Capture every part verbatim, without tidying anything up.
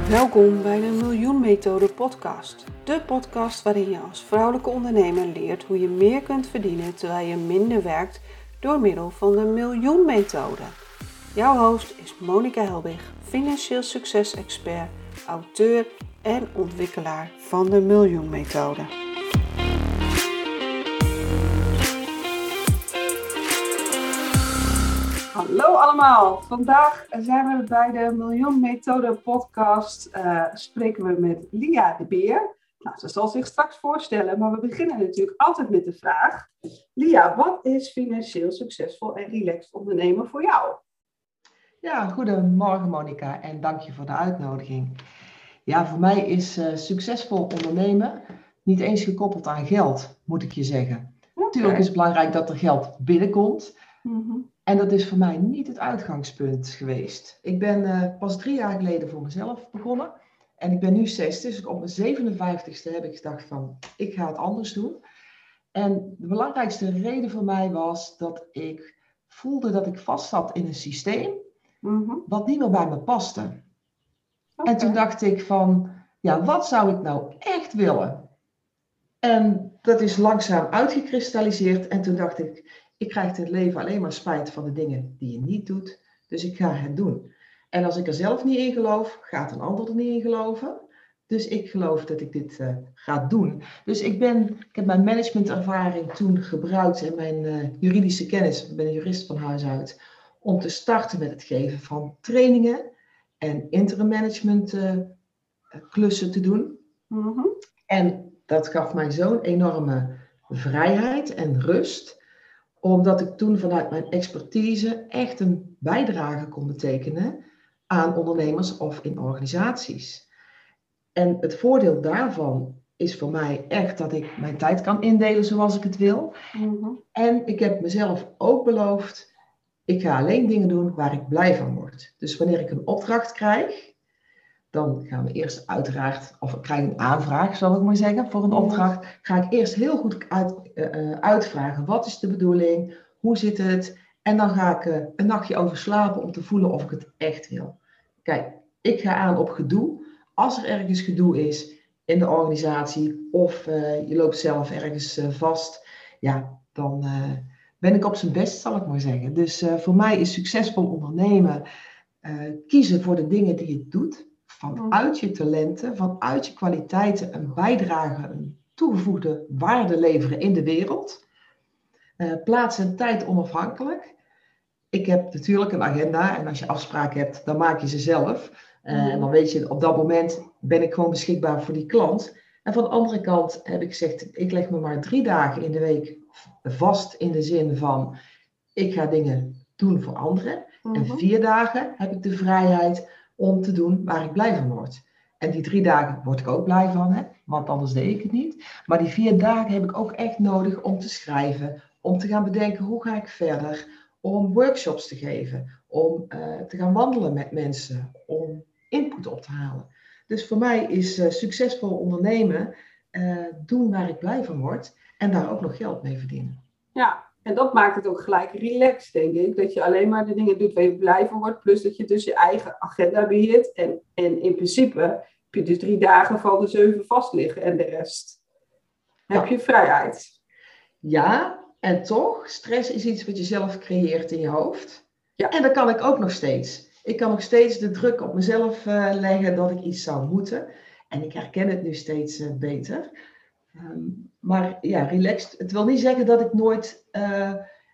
Welkom bij de Miljoen Methode podcast. De podcast waarin je als vrouwelijke ondernemer leert hoe je meer kunt verdienen terwijl je minder werkt door middel van de Miljoen Methode. Jouw host is Monica Helbig, financieel succes-expert, auteur en ontwikkelaar van de Miljoen Methode. Hallo allemaal, vandaag zijn we bij de Miljoen Methode podcast, uh, spreken we met Lia de Beer. Nou, ze zal zich straks voorstellen, maar we beginnen natuurlijk altijd met de vraag. Lia, wat is financieel succesvol en relaxed ondernemen voor jou? Ja, goedemorgen Monica en dank je voor de uitnodiging. Ja, voor mij is uh, succesvol ondernemen niet eens gekoppeld aan geld, moet ik je zeggen. Okay. Natuurlijk is het belangrijk dat er geld binnenkomt. Mm-hmm. En dat is voor mij niet het uitgangspunt geweest. Ik ben uh, pas drie jaar geleden voor mezelf begonnen. En ik ben nu zestig, dus op mijn zevenenvijftigste heb ik gedacht van, ik ga het anders doen. En de belangrijkste reden voor mij was dat ik voelde dat ik vast zat in een systeem, Mm-hmm. wat niet meer bij me paste. Okay. En toen dacht ik van, ja, wat zou ik nou echt willen? En dat is langzaam uitgekristalliseerd. En toen dacht ik, ik krijg in het leven alleen maar spijt van de dingen die je niet doet. Dus ik ga het doen. En als ik er zelf niet in geloof, gaat een ander er niet in geloven. Dus ik geloof dat ik dit uh, ga doen. Dus ik, ben, ik heb mijn managementervaring toen gebruikt en mijn uh, juridische kennis, ik ben een jurist van huis uit, om te starten met het geven van trainingen en interim management uh, klussen te doen. Mm-hmm. En dat gaf mij zo'n enorme vrijheid en rust, omdat ik toen vanuit mijn expertise echt een bijdrage kon betekenen aan ondernemers of in organisaties. En het voordeel daarvan is voor mij echt dat ik mijn tijd kan indelen zoals ik het wil. Mm-hmm. En ik heb mezelf ook beloofd, ik ga alleen dingen doen waar ik blij van word. Dus wanneer ik een opdracht krijg, dan gaan we eerst uiteraard, of ik krijg een aanvraag, zal ik maar zeggen, voor een opdracht. Ga ik eerst heel goed uit, uh, uitvragen, wat is de bedoeling, hoe zit het? En dan ga ik uh, een nachtje over slapen om te voelen of ik het echt wil. Kijk, ik ga aan op gedoe. Als er ergens gedoe is in de organisatie, of uh, je loopt zelf ergens uh, vast, ja, dan uh, ben ik op zijn best, zal ik maar zeggen. Dus uh, voor mij is succesvol ondernemen uh, kiezen voor de dingen die je doet. Vanuit je talenten, vanuit je kwaliteiten een bijdrage, een toegevoegde waarde leveren in de wereld. Uh, plaats en tijd onafhankelijk. Ik heb natuurlijk een agenda en als je afspraken hebt, dan maak je ze zelf. Uh, mm. En dan weet je, op dat moment ben ik gewoon beschikbaar voor die klant. En van de andere kant heb ik gezegd, ik leg me maar drie dagen in de week vast in de zin van, ik ga dingen doen voor anderen. Mm-hmm. En vier dagen heb ik de vrijheid om te doen waar ik blij van word. En die drie dagen word ik ook blij van, hè? Want anders deed ik het niet. Maar die vier dagen heb ik ook echt nodig om te schrijven, om te gaan bedenken hoe ga ik verder, om workshops te geven, om uh, te gaan wandelen met mensen, om input op te halen. Dus voor mij is uh, succesvol ondernemen uh, doen waar ik blij van word en daar ook nog geld mee verdienen. Ja. En dat maakt het ook gelijk relaxed, denk ik. Dat je alleen maar de dingen doet waar je blij van wordt. Plus dat je dus je eigen agenda beheert. En, en in principe heb je dus drie dagen van de zeven vast liggen. En de rest heb ja. je vrijheid. Ja, en toch, stress is iets wat je zelf creëert in je hoofd. Ja. En dat kan ik ook nog steeds. Ik kan nog steeds de druk op mezelf uh, leggen dat ik iets zou moeten. En ik herken het nu steeds uh, beter. Um, maar ja, relaxed. Het wil niet zeggen dat ik nooit uh,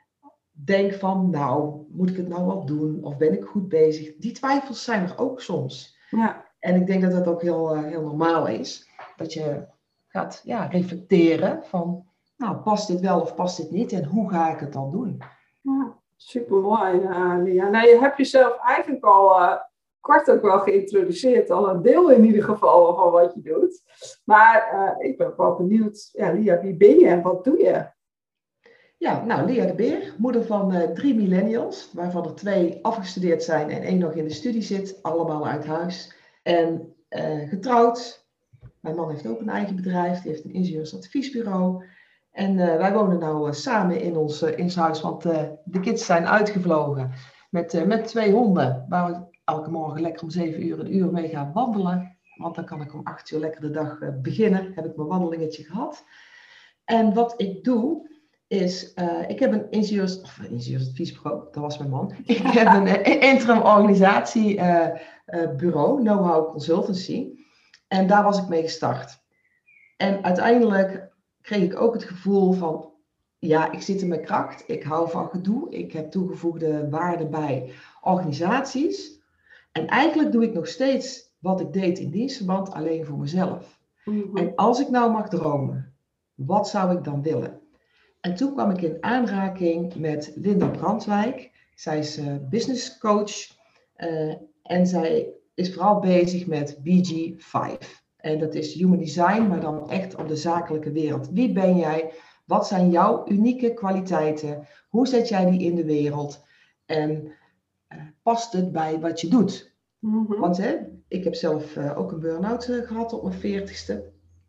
denk van, nou, moet ik het nou wel doen? Of ben ik goed bezig? Die twijfels zijn er ook soms. Ja. En ik denk dat dat ook heel, uh, heel normaal is. Dat je gaat ja, reflecteren van, nou, past dit wel of past dit niet? En hoe ga ik het dan doen? Ja, supermooi, uh, Lia. Nou, je hebt jezelf eigenlijk al... Uh... kort ook wel geïntroduceerd, al een deel in ieder geval van wat je doet. Maar uh, ik ben ook wel benieuwd, ja, Lia, wie ben je en wat doe je? Ja, nou, Lia de Beer, moeder van uh, drie millennials, waarvan er twee afgestudeerd zijn en één nog in de studie zit, allemaal uit huis. En uh, getrouwd. Mijn man heeft ook een eigen bedrijf, die heeft een ingenieursadviesbureau. En uh, wij wonen nou uh, samen in ons, uh, in ons huis, want uh, de kids zijn uitgevlogen. met, uh, met twee honden, waar ik elke morgen lekker om zeven uur een uur mee ga wandelen. Want dan kan ik om acht uur lekker de dag uh, beginnen. Heb ik mijn wandelingetje gehad. En wat ik doe, is, uh, ik heb een ingenieurs, of ingenieursadviesbureau, dat was mijn man. Ik heb een uh, interim organisatiebureau, uh, uh, Know-how Consultancy. En daar was ik mee gestart. En uiteindelijk kreeg ik ook het gevoel van, ja, ik zit in mijn kracht. Ik hou van gedoe. Ik heb toegevoegde waarde bij organisaties. En eigenlijk doe ik nog steeds wat ik deed in dienstverband, alleen voor mezelf. Mm-hmm. En als ik nou mag dromen, wat zou ik dan willen? En toen kwam ik in aanraking met Linda Brandwijk. Zij is uh, business coach uh, en zij is vooral bezig met B G vijf. En dat is human design, maar dan echt op de zakelijke wereld. Wie ben jij? Wat zijn jouw unieke kwaliteiten? Hoe zet jij die in de wereld? En uh, past het bij wat je doet? Mm-hmm. Want hè, ik heb zelf uh, ook een burn-out uh, gehad op mijn veertigste.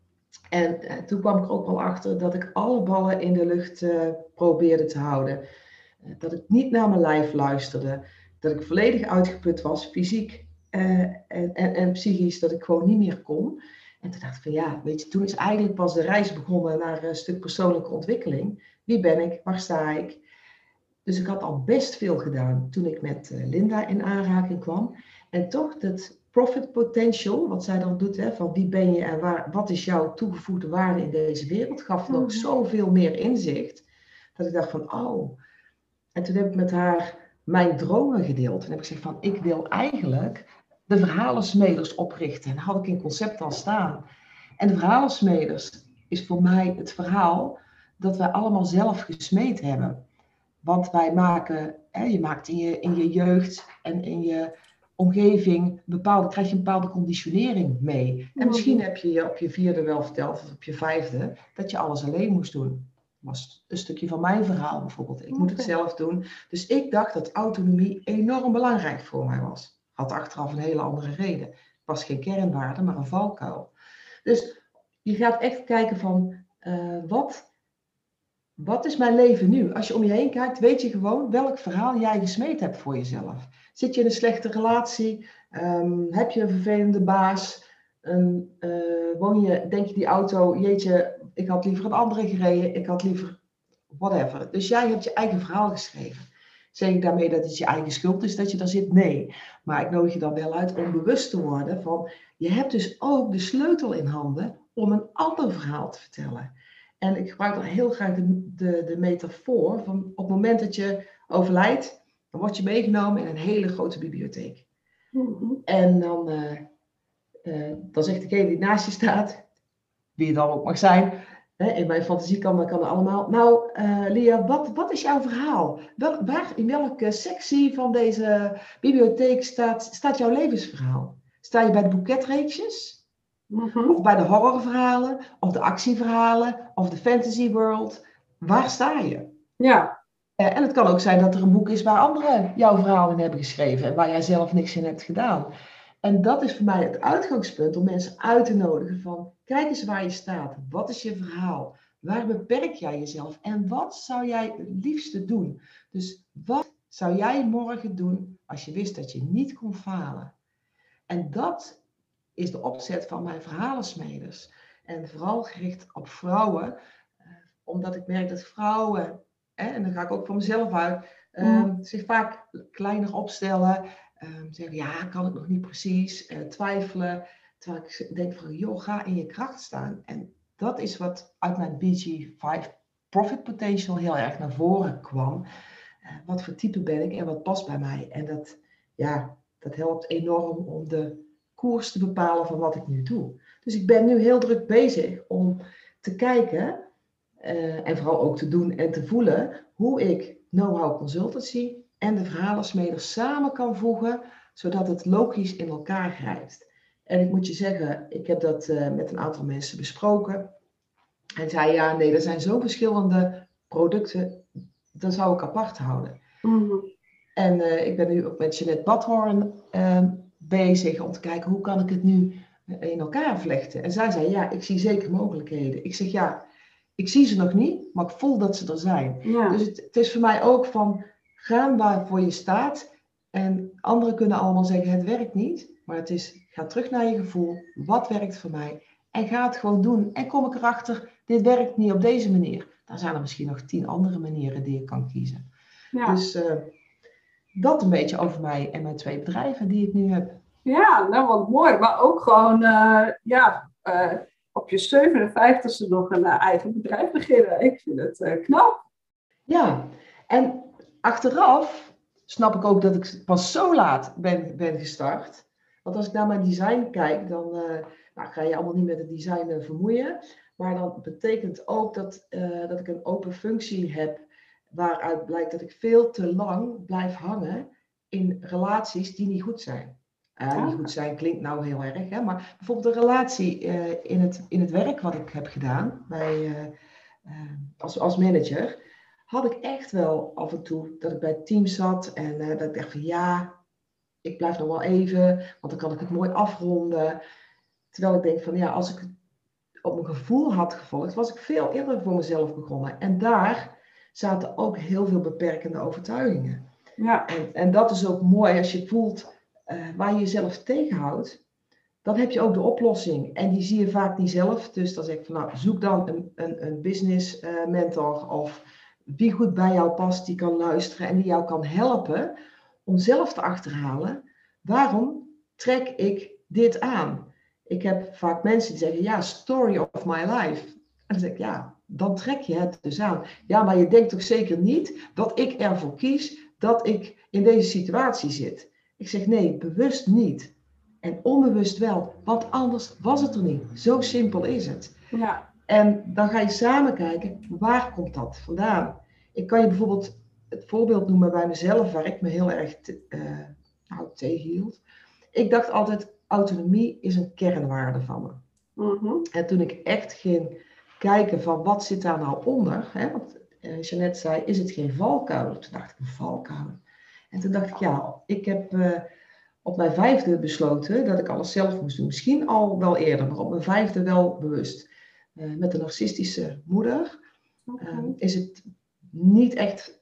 En uh, toen kwam ik er ook wel achter dat ik alle ballen in de lucht uh, probeerde te houden. Uh, dat ik niet naar mijn lijf luisterde. Dat ik volledig uitgeput was, fysiek uh, en, en, en psychisch, dat ik gewoon niet meer kon. En toen dacht ik van ja, weet je, toen is eigenlijk pas de reis begonnen naar een stuk persoonlijke ontwikkeling. Wie ben ik? Waar sta ik? Dus ik had al best veel gedaan toen ik met uh, Linda in aanraking kwam. En toch dat profit potential, wat zij dan doet, hè, van wie ben je en waar, wat is jouw toegevoegde waarde in deze wereld, gaf nog mm. zoveel meer inzicht. Dat ik dacht van, oh. En toen heb ik met haar mijn dromen gedeeld. En heb ik gezegd van, ik wil eigenlijk de verhalensmeders oprichten. En dat had ik in concept al staan. En de verhalensmeders is voor mij het verhaal dat wij allemaal zelf gesmeed hebben. Want wij maken, hè, je maakt in je, in je jeugd en in je omgeving, bepaalde, krijg je een bepaalde conditionering mee. En misschien heb je je op je vierde wel verteld, of op je vijfde, dat je alles alleen moest doen. Dat was een stukje van mijn verhaal bijvoorbeeld. Ik moet het zelf doen. Dus ik dacht dat autonomie enorm belangrijk voor mij was. Had achteraf een hele andere reden. Het was geen kernwaarde, maar een valkuil. Dus je gaat echt kijken van, uh, wat... Wat is mijn leven nu? Als je om je heen kijkt, weet je gewoon welk verhaal jij gesmeed hebt voor jezelf. Zit je in een slechte relatie? Um, heb je een vervelende baas? Um, uh, woon je, denk je die auto, jeetje, ik had liever een andere gereden, ik had liever whatever. Dus jij hebt je eigen verhaal geschreven. Zeg ik daarmee dat het je eigen schuld is dat je daar zit? Nee. Maar ik nodig je dan wel uit om bewust te worden van, je hebt dus ook de sleutel in handen om een ander verhaal te vertellen. En ik gebruik dan heel graag de, de, de metafoor van op het moment dat je overlijdt, dan word je meegenomen in een hele grote bibliotheek. Mm-hmm. En dan, uh, uh, dan zegt degene die naast je staat, wie het dan ook mag zijn, hè, in mijn fantasie kan dat kan allemaal. Nou, uh, Lia, wat, wat is jouw verhaal? Wel, waar, in welke sectie van deze bibliotheek staat, staat jouw levensverhaal? Sta je bij de boeketreeksjes? Mm-hmm. Of bij de horrorverhalen, of de actieverhalen, of de fantasy world. Waar sta je? Ja. Uh, en het kan ook zijn dat er een boek is waar anderen jouw verhaal in hebben geschreven en waar jij zelf niks in hebt gedaan. En dat is voor mij het uitgangspunt om mensen uit te nodigen van, kijk eens waar je staat. Wat is je verhaal? Waar beperk jij jezelf? En wat zou jij het liefste doen? Dus wat zou jij morgen doen als je wist dat je niet kon falen? En dat is de opzet van mijn verhalensmeders. En vooral gericht op vrouwen. Uh, omdat ik merk dat vrouwen, hè, en dan ga ik ook van mezelf uit, uh, mm. zich vaak kleiner opstellen. Uh, zeggen, ja, kan ik nog niet precies. Uh, twijfelen. Terwijl ik denk van, joh, ga in je kracht staan. En dat is wat uit mijn B G vijf Profit Potential heel erg naar voren kwam. Uh, wat voor type ben ik en wat past bij mij. En dat, ja, dat helpt enorm om de koers te bepalen van wat ik nu doe. Dus ik ben nu heel druk bezig om te kijken uh, en vooral ook te doen en te voelen hoe ik Know-how Consultancy en de verhalensmeders samen kan voegen, zodat het logisch in elkaar grijpt. En ik moet je zeggen, ik heb dat uh, met een aantal mensen besproken. En zei ja, nee, er zijn zo verschillende producten, dat zou ik apart houden. Mm-hmm. En uh, ik ben nu ook met Jeanette Badhoorn uh, bezig om te kijken hoe kan ik het nu in elkaar vlechten. En zij zei ja, ik zie zeker mogelijkheden. Ik zeg ja, ik zie ze nog niet, maar ik voel dat ze er zijn. Ja. Dus het, het is voor mij ook van gaan waarvoor je staat. En anderen kunnen allemaal zeggen, het werkt niet. Maar het is, ga terug naar je gevoel. Wat werkt voor mij? En ga het gewoon doen. En kom ik erachter, dit werkt niet op deze manier. Dan zijn er misschien nog tien andere manieren die je kan kiezen. Ja. Dus uh, dat een beetje over mij en mijn twee bedrijven die ik nu heb. Ja, nou wat mooi. Maar ook gewoon, uh, ja, uh, op je zevenenvijftigste nog een uh, eigen bedrijf beginnen. Ik vind het uh, knap. Ja, en achteraf snap ik ook dat ik pas zo laat ben, ben gestart. Want als ik naar mijn design kijk, dan uh, nou, ga je allemaal niet met het design uh, vermoeien. Maar dan betekent ook dat, uh, dat ik een open functie heb, waaruit blijkt dat ik veel te lang blijf hangen in relaties die niet goed zijn. Uh, Ah. Niet goed zijn klinkt nou heel erg, hè? Maar bijvoorbeeld een relatie uh, in, het, in het werk wat ik heb gedaan bij, uh, uh, als, als manager, had ik echt wel af en toe dat ik bij het team zat en uh, dat ik dacht van ja, ik blijf nog wel even, want dan kan ik het mooi afronden. Terwijl ik denk van ja, als ik het op mijn gevoel had gevolgd, was ik veel eerder voor mezelf begonnen. En daar zaten ook heel veel beperkende overtuigingen. Ja. En, en dat is ook mooi als je voelt uh, waar je jezelf tegenhoudt. Dan heb je ook de oplossing. En die zie je vaak niet zelf. Dus dan zeg ik van nou, zoek dan een, een, een business uh, mentor of wie goed bij jou past, die kan luisteren en die jou kan helpen om zelf te achterhalen, waarom trek ik dit aan? Ik heb vaak mensen die zeggen, ja, story of my life. En dan zeg ik, ja, dan trek je het dus aan. Ja, maar je denkt toch zeker niet dat ik ervoor kies dat ik in deze situatie zit? Ik zeg, nee, bewust niet. En onbewust wel, want anders was het er niet. Zo simpel is het. Ja. En dan ga je samen kijken, waar komt dat vandaan? Ik kan je bijvoorbeeld het voorbeeld noemen bij mezelf, waar ik me heel erg te, uh, nou, tegenhield. Ik dacht altijd, autonomie is een kernwaarde van me. Mm-hmm. En toen ik echt ging kijken van, wat zit daar nou onder? Hè? Want uh, Jeanette zei, is het geen valkuil? Toen dacht ik, een valkuil. En toen dacht ik, ja, ik heb uh, op mijn vijfde besloten dat ik alles zelf moest doen. Misschien al wel eerder, maar op mijn vijfde wel bewust. Uh, met een narcistische moeder Okay. uh, is het niet echt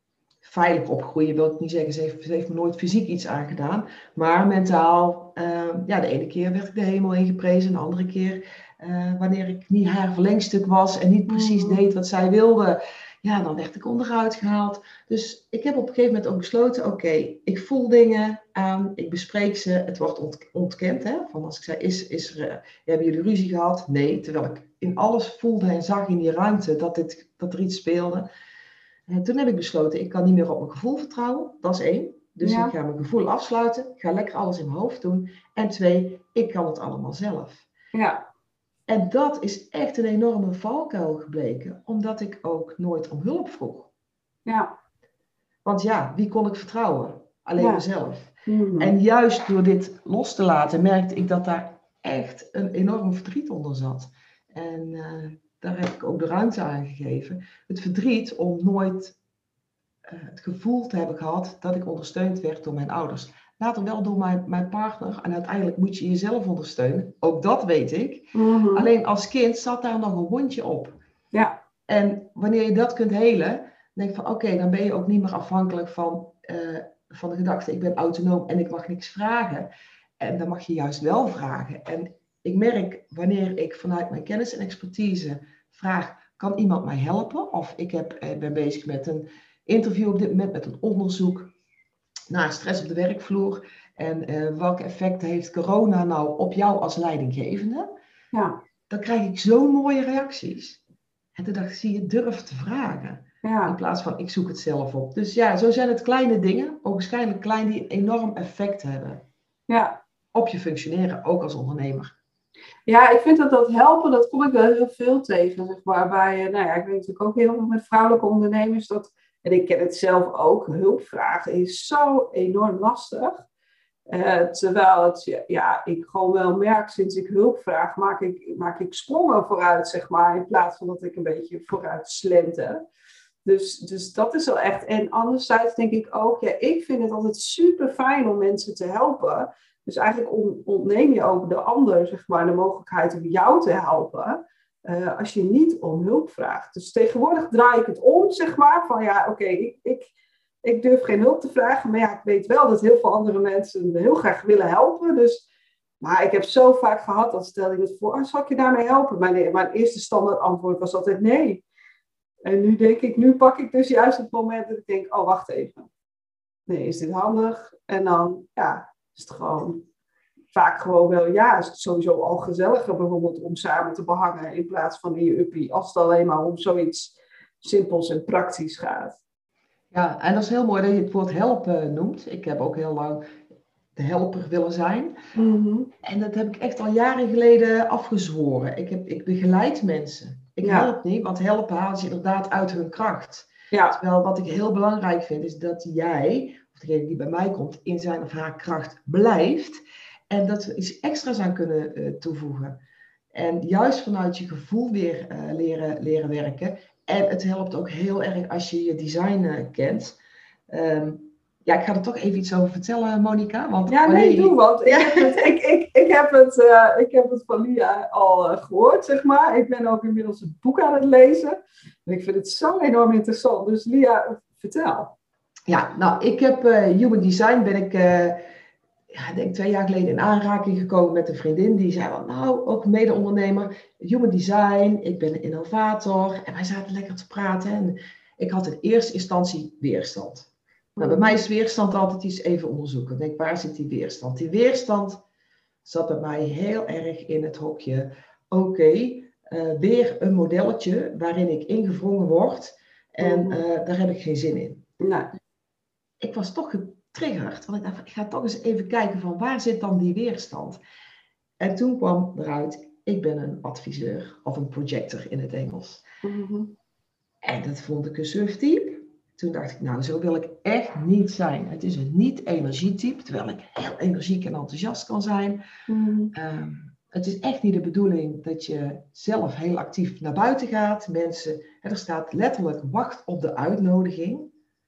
veilig opgroeien, wil ik niet zeggen. Ze heeft, ze heeft me nooit fysiek iets aangedaan. Maar mentaal, uh, ja, de ene keer werd ik de hemel ingeprezen. De andere keer, uh, wanneer ik niet haar verlengstuk was en niet precies mm. deed wat zij wilde, ja, dan werd ik onderuit gehaald. Dus ik heb op een gegeven moment ook besloten, oké, okay, ik voel dingen aan, ik bespreek ze. Het wordt ont- ontkend, hè. Van als ik zei, is, is er, uh, hebben jullie ruzie gehad? Nee, terwijl ik in alles voelde en zag in die ruimte dat, dit, dat er iets speelde. En toen heb ik besloten, ik kan niet meer op mijn gevoel vertrouwen. Dat is één. Dus ja. Ik ga mijn gevoel afsluiten. Ik ga lekker alles in mijn hoofd doen. En twee, ik kan het allemaal zelf. Ja. En dat is echt een enorme valkuil gebleken. Omdat ik ook nooit om hulp vroeg. Ja. Want ja, wie kon ik vertrouwen? Alleen ja. mezelf. Mm-hmm. En juist door dit los te laten, merkte ik dat daar echt een enorm verdriet onder zat. En uh, daar heb ik ook de ruimte aan gegeven. Het verdriet om nooit uh, het gevoel te hebben gehad dat ik ondersteund werd door mijn ouders. Later wel door mijn, mijn partner. En uiteindelijk moet je jezelf ondersteunen. Ook dat weet ik. Mm-hmm. Alleen als kind zat daar nog een wondje op. Ja. En wanneer je dat kunt helen, denk ik van oké, okay, dan ben je ook niet meer afhankelijk van, uh, van de gedachte, ik ben autonoom en ik mag niks vragen. En dan mag je juist wel vragen. En ik merk wanneer ik vanuit mijn kennis en expertise vraag, kan iemand mij helpen? Of ik heb, eh, ben bezig met een interview op dit moment, met een onderzoek naar stress op de werkvloer. En uh, welk effect heeft corona nou op jou als leidinggevende? Ja. Dan krijg ik zo'n mooie reacties. En toen dacht ik, zie je, durf te vragen. Ja. In plaats van, ik zoek het zelf op. Dus ja, zo zijn het kleine dingen, waarschijnlijk klein, die een enorm effect hebben. Ja. Op je functioneren, ook als ondernemer. Ja, ik vind dat dat helpen, dat kom ik wel heel veel tegen. Zeg maar, bij, nou ja, ik weet natuurlijk ook heel veel met vrouwelijke ondernemers. Dat, en ik ken het zelf ook, hulpvragen is zo enorm lastig. Uh, terwijl het, ja, ik gewoon wel merk, sinds ik hulp vraag, maak ik, maak ik sprongen vooruit, zeg maar. In plaats van dat ik een beetje vooruit slenter. Dus, dus dat is wel echt. En anderzijds denk ik ook, ja, ik vind het altijd super fijn om mensen te helpen. Dus eigenlijk on, ontneem je ook de ander, zeg maar, de mogelijkheid om jou te helpen. Uh, als je niet om hulp vraagt. Dus tegenwoordig draai ik het om, zeg maar. Van ja, oké, okay, ik, ik, ik durf geen hulp te vragen. Maar ja, ik weet wel dat heel veel andere mensen heel graag willen helpen. Dus, maar ik heb zo vaak gehad, dat stelde ik het voor, oh, zal ik je daarmee helpen? Mijn, mijn eerste standaard antwoord was altijd nee. En nu denk ik, nu pak ik dus juist het moment dat ik denk, oh, wacht even. Nee, is dit handig? En dan, ja, is het gewoon vaak gewoon wel, ja, is het sowieso al gezelliger bijvoorbeeld om samen te behangen in plaats van in je uppie, als het alleen maar om zoiets simpels en praktisch gaat. Ja, en dat is heel mooi dat je het woord helpen noemt. Ik heb ook heel lang de helper willen zijn. Mm-hmm. En dat heb ik echt al jaren geleden afgezworen. Ik, heb, ik begeleid mensen. Ik Ja. help niet, want helpen haalt je inderdaad uit hun kracht. Ja. Terwijl wat ik heel belangrijk vind, is dat jij, of degene die bij mij komt, in zijn of haar kracht blijft. En dat we iets extra's aan kunnen uh, toevoegen. En juist vanuit je gevoel weer uh, leren, leren werken. En het helpt ook heel erg als je je design uh, kent. Um, Ja, ik ga er toch even iets over vertellen, Monica. Want ja, nee, je... doe, want ik, heb het, ik, ik, ik, heb het, uh, ik heb het van Lia al uh, gehoord, zeg maar. Ik ben ook inmiddels het boek aan het lezen. En ik vind het zo enorm interessant. Dus Lia, vertel. Ja, nou, ik heb uh, Human Design, ben ik, uh, ja, ik denk twee jaar geleden in aanraking gekomen met een vriendin. Die zei, van, nou, ook mede-ondernemer, Human Design, ik ben een innovator. En wij zaten lekker te praten. En ik had in eerste instantie weerstand. Nou, bij mij is weerstand altijd iets even onderzoeken. Ik denk, waar zit die weerstand? Die weerstand zat bij mij heel erg in het hokje. Oké, okay, uh, weer een modelletje waarin ik ingevrongen word. En uh, daar heb ik geen zin in. Nee. Ik was toch getriggerd. Want ik dacht, ik ga toch eens even kijken van waar zit dan die weerstand? En toen kwam eruit, ik ben een adviseur of een projector in het Engels. Mm-hmm. En dat vond ik een surftype. Toen dacht ik, nou, zo wil ik echt niet zijn. Het is een niet-energietype, terwijl ik heel energiek en enthousiast kan zijn. Mm. Um, het is echt niet de bedoeling dat je zelf heel actief naar buiten gaat. Mensen, er staat letterlijk wacht op de uitnodiging.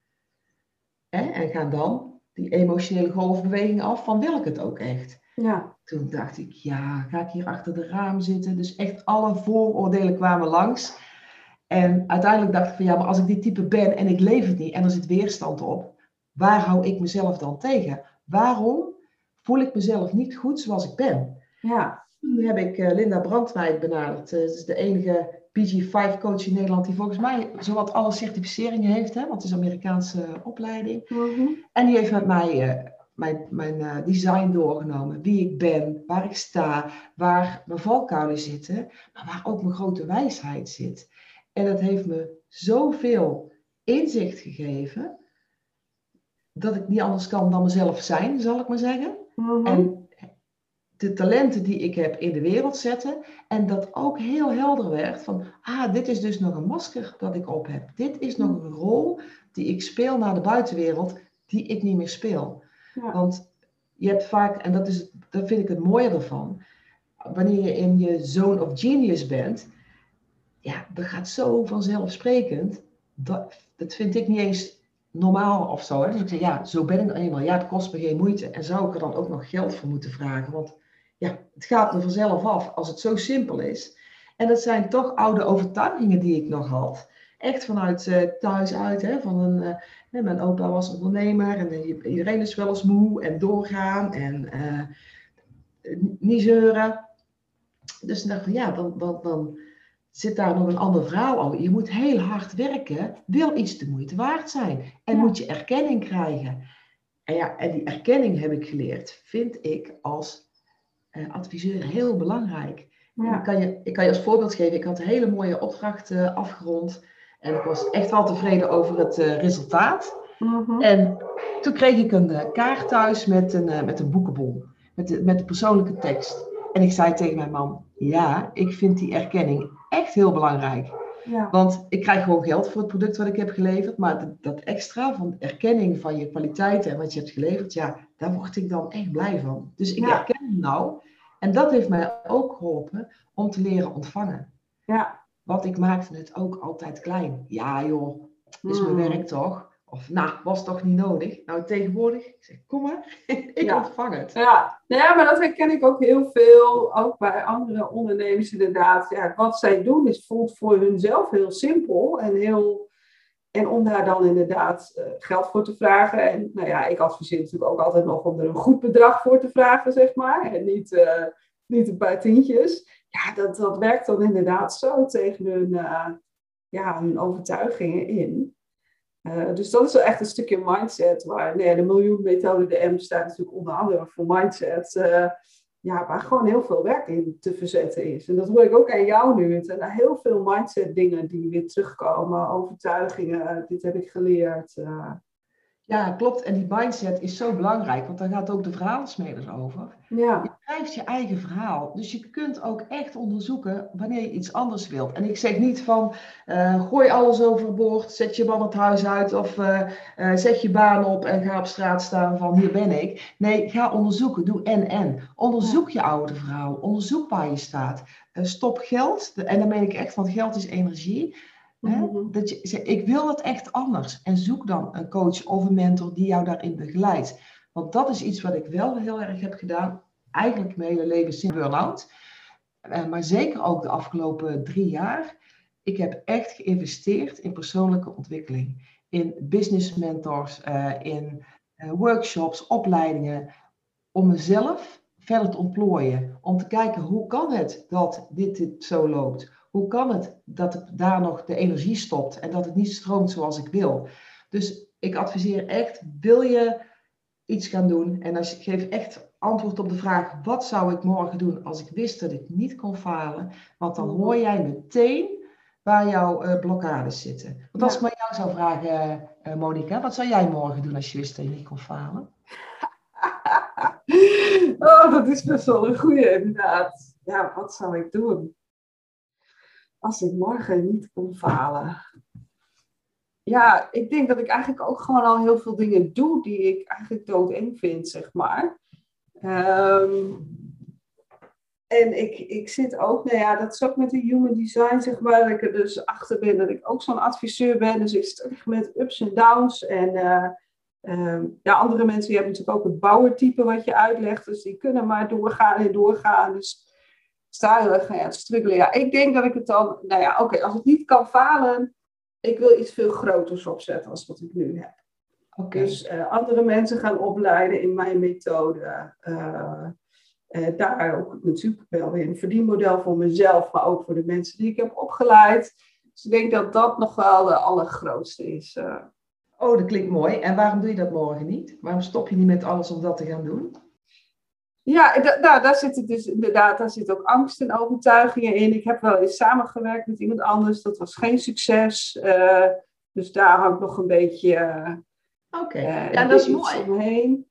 Hè, en gaan dan die emotionele golfbeweging af van wil ik het ook echt. Ja. Toen dacht ik, ja, ga ik hier achter de raam zitten? Dus echt alle vooroordelen kwamen langs. En uiteindelijk dacht ik van ja, maar als ik dit type ben en ik leef het niet en er zit weerstand op, waar hou ik mezelf dan tegen? Waarom voel ik mezelf niet goed zoals ik ben? Ja. Toen heb ik uh, Linda Brandwijk benaderd. Uh, dat is de enige P G vijf coach in Nederland die volgens mij zowat alle certificeringen heeft, hè, want het is een Amerikaanse uh, opleiding. Mm-hmm. En die heeft met mij uh, mijn, mijn uh, design doorgenomen, wie ik ben, waar ik sta, waar mijn valkuilen zitten, maar waar ook mijn grote wijsheid zit. En dat heeft me zoveel inzicht gegeven, dat ik niet anders kan dan mezelf zijn, zal ik maar zeggen. Mm-hmm. En de talenten die ik heb in de wereld zetten. En dat ook heel helder werd van, ah, dit is dus nog een masker dat ik op heb. Dit is nog een rol die ik speel naar de buitenwereld, die ik niet meer speel. Ja. Want je hebt vaak, en dat, is, dat vind ik het mooie ervan, wanneer je in je zone of genius bent, ja, dat gaat zo vanzelfsprekend. Dat, dat vind ik niet eens normaal of zo. Hè? Dus ik zeg, ja, zo ben ik nou eenmaal. Ja, het kost me geen moeite. En zou ik er dan ook nog geld voor moeten vragen? Want ja, het gaat me vanzelf af als het zo simpel is. En dat zijn toch oude overtuigingen die ik nog had. Echt vanuit uh, thuis uit. Hè? Van een, uh, mijn opa was ondernemer. En uh, iedereen is wel eens moe en doorgaan. En uh, niet zeuren. Dus ik dacht van ja, dan... dan, dan zit daar nog een ander verhaal over. Je moet heel hard werken, wil iets de moeite waard zijn. En ja. moet je erkenning krijgen. En ja, en die erkenning heb ik geleerd, vind ik als uh, adviseur heel belangrijk. Ja. Ik, kan je, ik kan je als voorbeeld geven, ik had een hele mooie opdracht uh, afgerond. En ik was echt wel tevreden over het uh, resultaat. Mm-hmm. En toen kreeg ik een uh, kaart thuis met een, uh, met een boekenbon. Met de, met de persoonlijke tekst. En ik zei tegen mijn man, ja, ik vind die erkenning echt heel belangrijk. Ja. Want ik krijg gewoon geld voor het product wat ik heb geleverd. Maar dat, dat extra van erkenning van je kwaliteiten en wat je hebt geleverd, ja, daar word ik dan echt blij van. Dus ik ja. erken hem nou. En dat heeft mij ook geholpen om te leren ontvangen. Ja. Want ik maakte het ook altijd klein. Ja joh, is mm. mijn werk toch? Of nou, was toch niet nodig? Nou, tegenwoordig, ik zeg, kom maar, ik ja. ontvang het. Ja. ja, maar dat herken ik ook heel veel, ook bij andere ondernemers inderdaad. Ja, wat zij doen is voelt voor hunzelf heel simpel en heel en om daar dan inderdaad uh, geld voor te vragen. En nou ja, ik adviseer natuurlijk ook altijd nog om er een goed bedrag voor te vragen, zeg maar. En niet, uh, niet een paar tientjes. Ja, dat, dat werkt dan inderdaad zo tegen hun, uh, ja, hun overtuigingen in. Uh, dus dat is wel echt een stukje mindset. Waar nee, de miljoenmethode, de M, staat natuurlijk onder andere voor mindset. Uh, ja, waar gewoon heel veel werk in te verzetten is. En dat hoor ik ook aan jou nu. Het zijn heel veel mindset dingen die weer terugkomen. Overtuigingen, dit heb ik geleerd. Uh. Ja, klopt. En die mindset is zo belangrijk, want daar gaat ook de verhaalsmeders over. Ja. Je schrijft je eigen verhaal. Dus je kunt ook echt onderzoeken wanneer je iets anders wilt. En ik zeg niet van, uh, gooi alles overboord, zet je man het huis uit of uh, uh, zet je baan op en ga op straat staan van, hier ben ik. Nee, ga onderzoeken. Doe en-en. Onderzoek je oude verhaal. Onderzoek waar je staat. Uh, stop geld. En dan meen ik echt, want geld is energie. Mm-hmm. Dat je zegt, ik wil het echt anders. En zoek dan een coach of een mentor die jou daarin begeleidt. Want dat is iets wat ik wel heel erg heb gedaan. Eigenlijk mijn hele leven sinds burn-out. Uh, maar zeker ook de afgelopen drie jaar. Ik heb echt geïnvesteerd in persoonlijke ontwikkeling. In business mentors, uh, in uh, workshops, opleidingen. Om mezelf verder te ontplooien. Om te kijken, hoe kan het dat dit, dit zo loopt? Hoe kan het dat het daar nog de energie stopt en dat het niet stroomt zoals ik wil? Dus ik adviseer echt, wil je iets gaan doen? En als je geeft echt antwoord op de vraag, wat zou ik morgen doen als ik wist dat ik niet kon falen? Want dan hoor jij meteen waar jouw uh, blokkades zitten. Want als ik maar jou zou vragen, uh, Monica, wat zou jij morgen doen als je wist dat je niet kon falen? Oh, dat is best wel een goeie inderdaad. Ja, wat zou ik doen als ik morgen niet kon falen? Ja, ik denk dat ik eigenlijk ook gewoon al heel veel dingen doe die ik eigenlijk doodeng vind, zeg maar. Um, en ik, ik zit ook, nou ja, dat is ook met de human design, zeg maar, dat ik er dus achter ben dat ik ook zo'n adviseur ben. Dus ik zit echt met ups en downs en... Uh, Um, ja, andere mensen die hebben natuurlijk ook het bouwertype wat je uitlegt. Dus die kunnen maar doorgaan en doorgaan. Dus sta heel erg aan het struggelen. Ja, ik denk dat ik het dan... Nou ja, oké, okay, als het niet kan falen... Ik wil iets veel groters opzetten als wat ik nu heb. Okay. Dus uh, andere mensen gaan opleiden in mijn methode. Uh, uh, daar ook natuurlijk wel weer een verdienmodel voor mezelf. Maar ook voor de mensen die ik heb opgeleid. Dus ik denk dat dat nog wel de allergrootste is. Uh, Oh, dat klinkt mooi. En waarom doe je dat morgen niet? Waarom stop je niet met alles om dat te gaan doen? Ja, d- nou, daar zit het dus inderdaad, daar zit ook angst en overtuigingen in. Ik heb wel eens samengewerkt met iemand anders, dat was geen succes. Uh, dus daar hangt nog een beetje uh, Oké, okay. uh, ja, dat is mooi. omheen.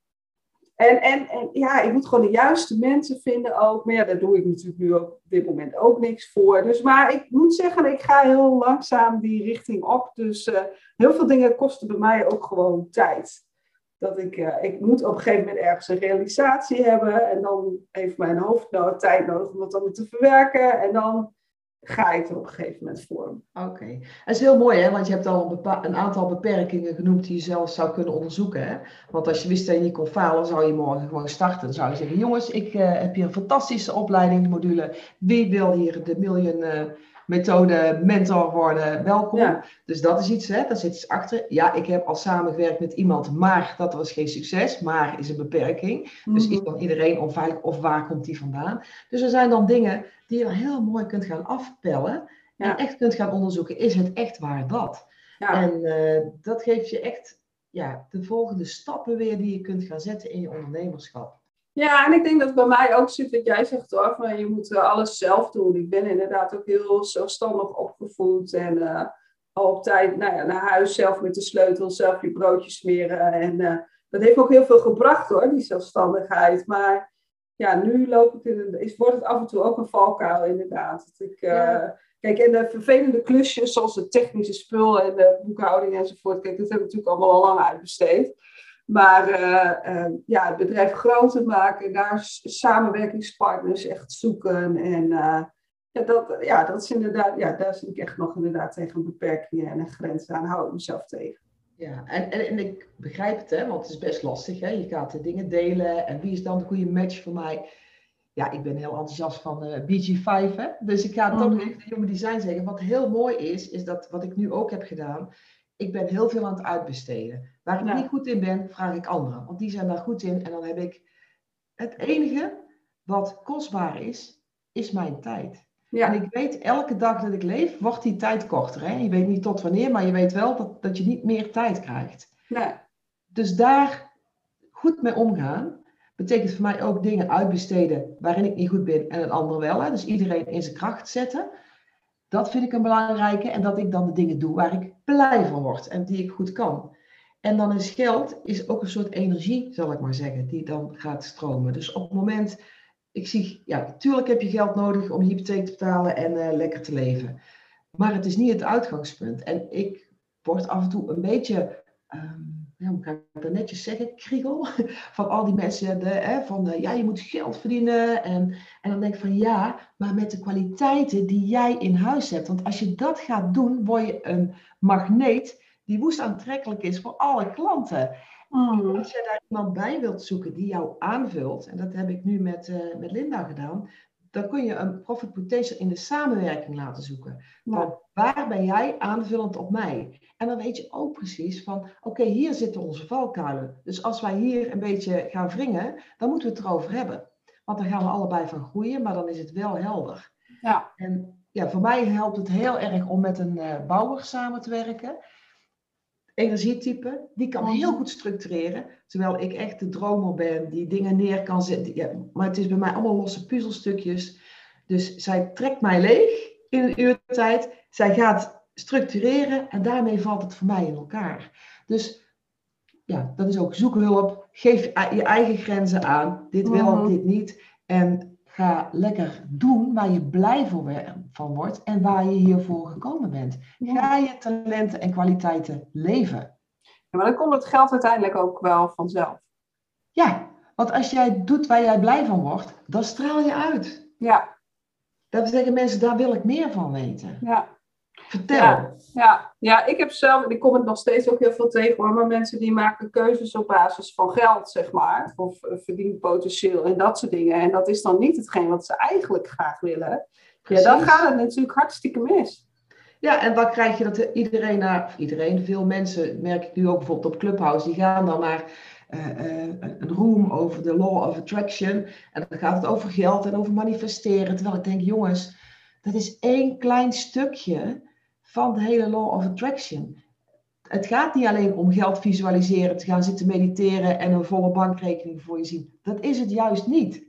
En, en, en ja, ik moet gewoon de juiste mensen vinden ook. Maar ja, daar doe ik natuurlijk nu op dit moment ook niks voor. Dus, maar ik moet zeggen, ik ga heel langzaam die richting op. Dus uh, heel veel dingen kosten bij mij ook gewoon tijd. Dat ik, uh, ik moet op een gegeven moment ergens een realisatie hebben. En dan heeft mijn hoofd nou tijd nodig om dat dan te verwerken. En dan ga ik er op een gegeven moment voor. Oké, okay. Dat is heel mooi, hè? Want je hebt al een, bepa- een aantal beperkingen genoemd die je zelf zou kunnen onderzoeken. Hè? Want als je wist dat je niet kon falen, zou je morgen gewoon starten. Dan zou je zeggen, jongens, ik uh, heb hier een fantastische opleidingsmodule. Wie wil hier de miljoen uh, methode mentor worden? Welkom. Ja. Dus dat is iets, hè? Daar zit iets achter. Ja, ik heb al samengewerkt met iemand, maar dat was geen succes. Maar is een beperking. Mm-hmm. Dus is dan iedereen onveilig of waar komt die vandaan? Dus er zijn dan dingen die je heel mooi kunt gaan afpellen. Ja. En echt kunt gaan onderzoeken, is het echt waar dat? Ja. En uh, dat geeft je echt ja, de volgende stappen weer die je kunt gaan zetten in je ondernemerschap. Ja, en ik denk dat bij mij ook zit wat jij zegt hoor, van je moet uh, alles zelf doen. Ik ben inderdaad ook heel zelfstandig opgevoed en uh, al op tijd nou ja, naar huis zelf met de sleutel, zelf je broodjes smeren. En uh, dat heeft ook heel veel gebracht hoor, die zelfstandigheid. Maar ja, nu loop ik in een, wordt het af en toe ook een valkuil inderdaad. Dat ik, uh, ja. Kijk, en de vervelende klusjes zoals het technische spul en de boekhouding enzovoort, kijk, dat hebben we natuurlijk allemaal al lang uitbesteed. Maar uh, uh, ja, het bedrijf groter maken, daar samenwerkingspartners echt zoeken. En uh, ja, dat, ja, dat is inderdaad, ja, daar zit ik echt nog inderdaad tegen beperkingen en een grens aan, hou ik mezelf tegen. Ja, en, en, en ik begrijp het, hè, want het is best lastig. Hè? Je gaat de dingen delen en wie is dan de goede match voor mij? Ja, ik ben heel enthousiast van uh, B G vijf, hè? Dus ik ga mm-hmm. toch nog even de Human Design zeggen. Wat heel mooi is, is dat wat ik nu ook heb gedaan, ik ben heel veel aan het uitbesteden. Waar ik Ja. niet goed in ben, vraag ik anderen. Want die zijn daar goed in. En dan heb ik het enige wat kostbaar is, is mijn tijd. Ja. En ik weet, elke dag dat ik leef, wordt die tijd korter. Hè? Je weet niet tot wanneer, maar je weet wel dat, dat je niet meer tijd krijgt. Nee. Dus daar goed mee omgaan, betekent voor mij ook dingen uitbesteden waarin ik niet goed ben en een ander wel. Hè? Dus iedereen in zijn kracht zetten. Dat vind ik een belangrijke. En dat ik dan de dingen doe waar ik blij van word en die ik goed kan. En dan is geld is ook een soort energie, zal ik maar zeggen, die dan gaat stromen. Dus op het moment, ik zie, ja, natuurlijk heb je geld nodig om je hypotheek te betalen en uh, lekker te leven. Maar het is niet het uitgangspunt. En ik word af en toe een beetje, um, ja, hoe kan ik dat netjes zeggen, kriegel van al die mensen, de, hè, van uh, ja, je moet geld verdienen. En, en dan denk ik van ja, maar met de kwaliteiten die jij in huis hebt. Want als je dat gaat doen, word je een magneet die woest aantrekkelijk is voor alle klanten. Mm. Als je daar iemand bij wilt zoeken die jou aanvult, en dat heb ik nu met, uh, met Linda gedaan, dan kun je een profit potential in de samenwerking laten zoeken. Ja. Van waar ben jij aanvullend op mij? En dan weet je ook precies van, oké, okay, hier zitten onze valkuilen. Dus als wij hier een beetje gaan wringen, dan moeten we het erover hebben. Want dan gaan we allebei van groeien, maar dan is het wel helder. Ja. En ja, voor mij helpt het heel erg om met een uh, bouwer samen te werken. Energietype, die kan heel goed structureren. Terwijl ik echt de dromer ben, die dingen neer kan zetten. Ja, maar het is bij mij allemaal losse puzzelstukjes. Dus zij trekt mij leeg in een uur tijd. Zij gaat structureren en daarmee valt het voor mij in elkaar. Dus ja, dat is ook zoek hulp. Geef je eigen grenzen aan. Dit wil of dit niet. En ga lekker doen waar je blij van wordt en waar je hiervoor gekomen bent. Ga je talenten en kwaliteiten leven. Ja, maar dan komt het geld uiteindelijk ook wel vanzelf. Ja, want als jij doet waar jij blij van wordt, dan straal je uit. Ja. Dat zeggen mensen, daar wil ik meer van weten. Ja. Vertel. Ja, ja, ja, ik heb zelf, ik kom het nog steeds ook heel veel tegen hoor, maar mensen die maken keuzes op basis van geld, zeg maar, of verdienpotentieel en dat soort dingen. En dat is dan niet hetgeen wat ze eigenlijk graag willen. Precies. Ja, dan gaat het natuurlijk hartstikke mis. Ja, en dan krijg je dat iedereen naar, iedereen, veel mensen, merk ik nu ook bijvoorbeeld op Clubhouse, die gaan dan naar uh, uh, een room over de law of attraction. En dan gaat het over geld en over manifesteren. Terwijl ik denk, jongens, dat is één klein stukje van de hele law of attraction. Het gaat niet alleen om geld visualiseren, te gaan zitten mediteren en een volle bankrekening voor je zien. Dat is het juist niet.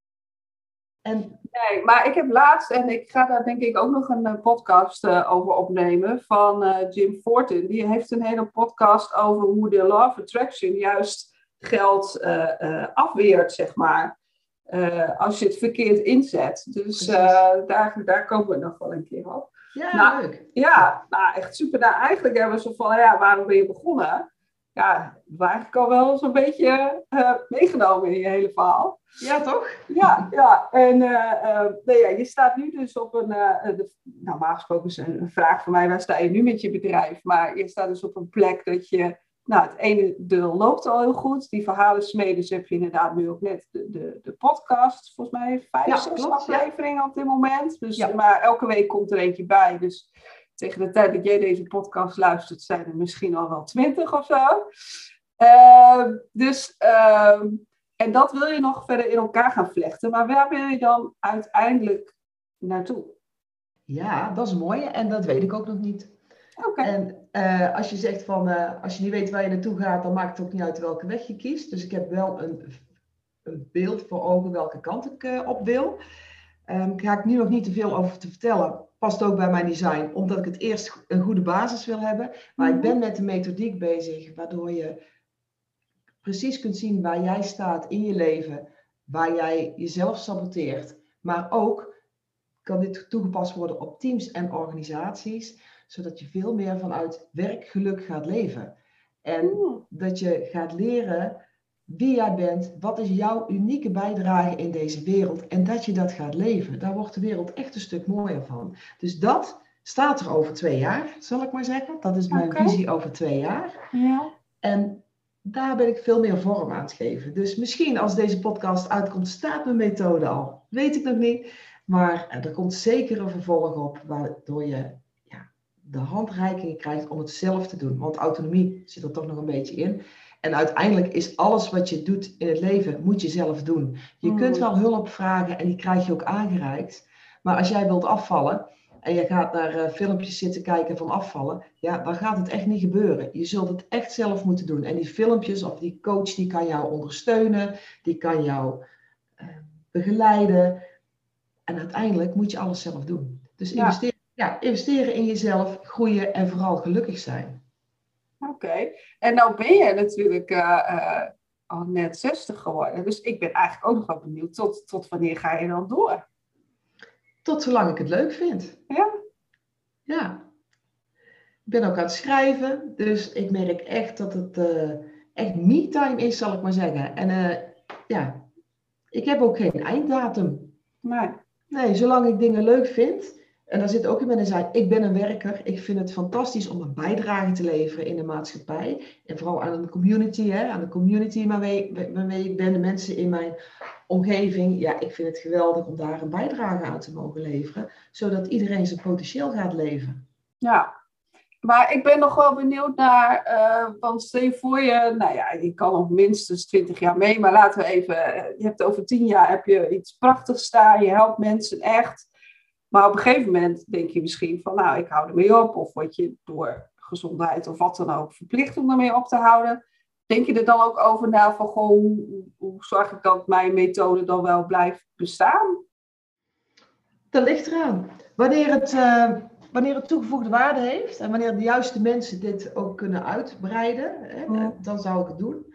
En... Nee, maar ik heb laatst, en ik ga daar denk ik ook nog een uh, podcast uh, over opnemen, van uh, Jim Fortin. Die heeft een hele podcast over hoe de law of attraction juist geld uh, uh, afweert, zeg maar. Uh, als je het verkeerd inzet. Dus uh, daar, daar komen we nog wel een keer op. Ja, nou, leuk. Ja, nou echt super. Nou, eigenlijk hebben we zo van, ja, waarom ben je begonnen? Ja, we eigenlijk al wel zo'n beetje uh, meegenomen in je hele verhaal. Ja, toch? Ja, ja. En uh, uh, nee, ja, je staat nu dus op een, uh, de, nou, normaal gesproken is een, een vraag van mij, waar sta je nu met je bedrijf? Maar je staat dus op een plek dat je, nou, het ene deel loopt al heel goed. Die verhalen smeden, dus heb je inderdaad nu ook net de, de, de podcast, volgens mij vijf, ja, zes klopt, afleveringen ja. op dit moment. Dus, ja. Maar elke week komt er eentje bij, dus tegen de tijd dat jij deze podcast luistert, zijn er misschien al wel twintig of zo. Uh, dus, uh, en dat wil je nog verder in elkaar gaan vlechten. Maar waar wil je dan uiteindelijk naartoe? Ja, dat is mooi en dat weet ik ook nog niet. Okay. En uh, als je zegt van, uh, als je niet weet waar je naartoe gaat, dan maakt het ook niet uit welke weg je kiest. Dus ik heb wel een, een beeld voor ogen welke kant ik uh, op wil. Um, daar ga ik nu nog niet te veel over te vertellen. Past ook bij mijn design, omdat ik het eerst een goede basis wil hebben. Maar mm-hmm. ik ben met de methodiek bezig, waardoor je precies kunt zien waar jij staat in je leven, waar jij jezelf saboteert. Maar ook kan dit toegepast worden op teams en organisaties, zodat je veel meer vanuit werkgeluk gaat leven. En mm. dat je gaat leren wie jij bent, wat is jouw unieke bijdrage in deze wereld en dat je dat gaat leven. Daar wordt de wereld echt een stuk mooier van. Dus dat staat er over twee jaar, zal ik maar zeggen. Dat is mijn okay. visie over twee jaar. Ja. En daar ben ik veel meer vorm aan het geven. Dus misschien als deze podcast uitkomt, staat mijn methode al. Weet ik nog niet. Maar er komt zeker een vervolg op, waardoor je ja, de handreikingen krijgt om het zelf te doen. Want autonomie zit er toch nog een beetje in. En uiteindelijk is alles wat je doet in het leven, moet je zelf doen. Je Mm. kunt wel hulp vragen en die krijg je ook aangereikt. Maar als jij wilt afvallen en je gaat naar uh, filmpjes zitten kijken van afvallen, ja, dan gaat het echt niet gebeuren. Je zult het echt zelf moeten doen. En die filmpjes of die coach, die kan jou ondersteunen, die kan jou uh, begeleiden. En uiteindelijk moet je alles zelf doen. Dus Ja. investeren, ja, investeren in jezelf, groeien en vooral gelukkig zijn. Oké, okay. En nou ben je natuurlijk uh, uh, al net zestig geworden. Dus ik ben eigenlijk ook nog wel benieuwd, tot, tot wanneer ga je dan door? Tot zolang ik het leuk vind. Ja? Ja. Ik ben ook aan het schrijven, dus ik merk echt dat het uh, echt me-time is, zal ik maar zeggen. En uh, ja, ik heb ook geen einddatum. Nee. Nee, zolang ik dingen leuk vind. En daar zit ook in mijn zijn, ik ben een werker. Ik vind het fantastisch om een bijdrage te leveren in de maatschappij. En vooral aan de community, hè, aan de community waarmee, waarmee ik ben, de mensen in mijn omgeving. Ja, ik vind het geweldig om daar een bijdrage aan te mogen leveren. Zodat iedereen zijn potentieel gaat leven. Ja, maar ik ben nog wel benieuwd naar, uh, want stel je voor je, nou ja, je kan nog minstens twintig jaar mee, maar laten we even, je hebt over tien jaar heb je iets prachtigs staan, je helpt mensen echt. Maar op een gegeven moment denk je misschien van, nou, ik hou ermee op. Of word je door gezondheid of wat dan ook verplicht om ermee op te houden. Denk je er dan ook over na van, goh, hoe, hoe zorg ik dat mijn methode dan wel blijft bestaan? Dat ligt eraan. Wanneer het, uh, wanneer het toegevoegde waarde heeft en wanneer de juiste mensen dit ook kunnen uitbreiden, hè, mm. dan zou ik het doen.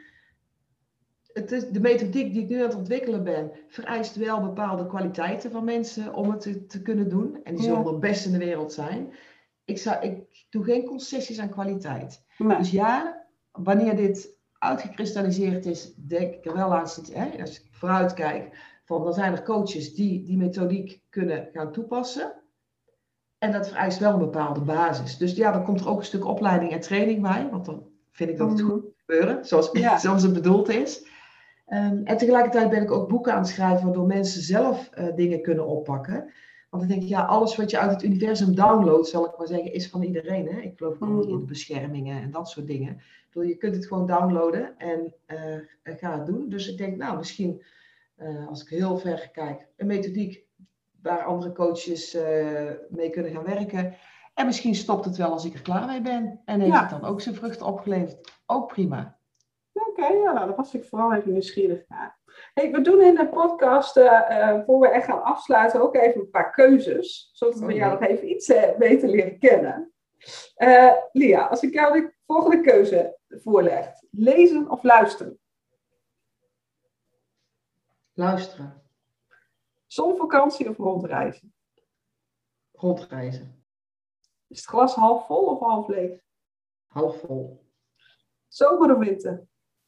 Het is, de methodiek die ik nu aan het ontwikkelen ben, vereist wel bepaalde kwaliteiten van mensen om het te, te kunnen doen. En die zullen ja. er best in de wereld zijn. Ik, zou, ik doe geen concessies aan kwaliteit. Nee. Dus ja, wanneer dit uitgekristalliseerd is, denk ik er wel aan zitten. Hè, als ik vooruit kijk, van, dan zijn er coaches die die methodiek kunnen gaan toepassen. En dat vereist wel een bepaalde basis. Dus ja, dan komt er ook een stuk opleiding en training bij. Want dan vind ik dat het goed moet gebeuren, zoals, ja. zoals het bedoeld is. Um, en tegelijkertijd ben ik ook boeken aan het schrijven waardoor mensen zelf uh, dingen kunnen oppakken. Want ik denk, ja, alles wat je uit het universum downloadt, zal ik maar zeggen, is van iedereen. Hè? Ik geloof ook niet in de beschermingen en dat soort dingen. Ik bedoel, je kunt het gewoon downloaden en uh, ga het doen. Dus ik denk, nou, misschien, uh, als ik heel ver kijk, een methodiek waar andere coaches uh, mee kunnen gaan werken. En misschien stopt het wel als ik er klaar mee ben. En heeft ja. het dan ook zijn vruchten opgeleverd. Ook prima. Oké, okay, ja, nou, daar was ik vooral even nieuwsgierig naar. Hey, we doen in de podcast, uh, voor we echt gaan afsluiten, ook even een paar keuzes. Zodat we okay. jou nog even iets uh, beter leren kennen. Uh, Lia, als ik jou de volgende keuze voorleg. Lezen of luisteren? Luisteren. Zonvakantie of rondreizen? Rondreizen. Is het glas half vol of half leeg? Half vol. Zomer of winter?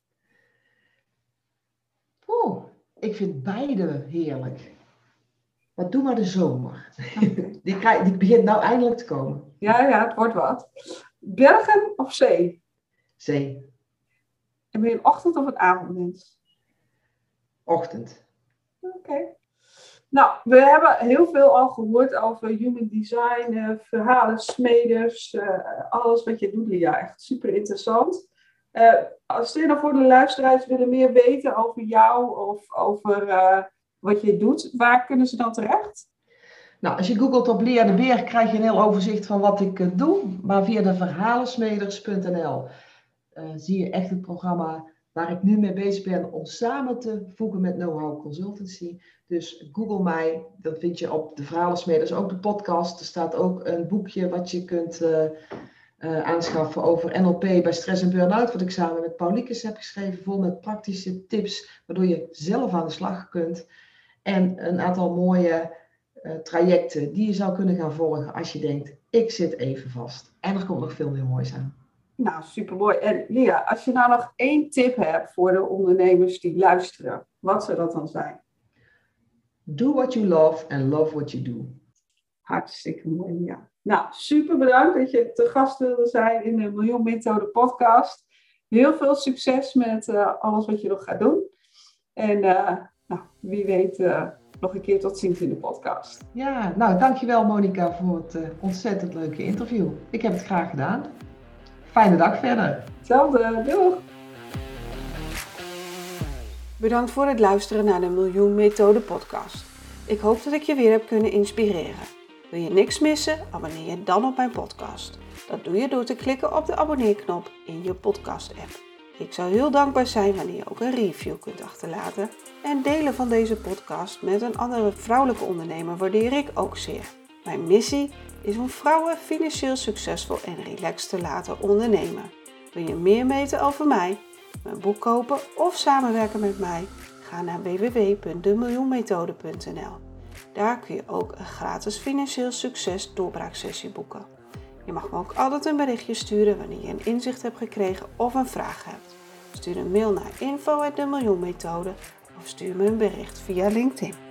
Oeh, ik vind beide heerlijk. Maar doe maar de zomer. Okay. Die, krijg, die begint nou eindelijk te komen. Ja, ja, het wordt wat. Bergen of zee? Zee. En ben je een ochtend- of een avondmens? Ochtend. Oké. Okay. Nou, we hebben heel veel al gehoord over human design, uh, verhalen, smeders, uh, alles wat je doet, Lia. Echt super interessant. Uh, als je nou voor de luisteraars willen meer weten over jou of over uh, wat je doet, waar kunnen ze dan terecht? Nou, als je googelt op Lia de Beer, krijg je een heel overzicht van wat ik uh, doe. Maar via de verhalensmeders punt n l uh, zie je echt het programma waar ik nu mee bezig ben om samen te voegen met Know-how Consultancy. Dus Google mij, dat vind je op de Verhalensmeders, ook de podcast. Er staat ook een boekje wat je kunt uh, uh, aanschaffen over N L P bij stress en burn-out. Wat ik samen met Pauliekes heb geschreven, vol met praktische tips, waardoor je zelf aan de slag kunt. En een aantal mooie uh, trajecten die je zou kunnen gaan volgen als je denkt, ik zit even vast. En er komt nog veel meer moois aan. Nou, supermooi. En Lia, als je nou nog één tip hebt voor de ondernemers die luisteren, wat zou dat dan zijn? Do what you love and love what you do. Hartstikke mooi, Lia. Nou, super bedankt dat je te gast wilde zijn in de Miljoen Methode podcast. Heel veel succes met uh, alles wat je nog gaat doen. En uh, nou, wie weet uh, nog een keer tot ziens in de podcast. Ja, nou dankjewel Monica voor het uh, ontzettend leuke interview. Ik heb het graag gedaan. Fijne dag verder. Hetzelfde, doeg! Bedankt voor het luisteren naar de Miljoen Methode podcast. Ik hoop dat ik je weer heb kunnen inspireren. Wil je niks missen? Abonneer je dan op mijn podcast. Dat doe je door te klikken op de abonneerknop in je podcast-app. Ik zou heel dankbaar zijn wanneer je ook een review kunt achterlaten. En delen van deze podcast met een andere vrouwelijke ondernemer waardeer ik ook zeer. Mijn missie is om vrouwen financieel succesvol en relaxed te laten ondernemen. Wil je meer weten over mij, mijn boek kopen of samenwerken met mij? Ga naar w w w punt de miljoen methode punt n l. Daar kun je ook een gratis financieel succes doorbraaksessie boeken. Je mag me ook altijd een berichtje sturen wanneer je een inzicht hebt gekregen of een vraag hebt. Stuur een mail naar info at de miljoen methode of stuur me een bericht via LinkedIn.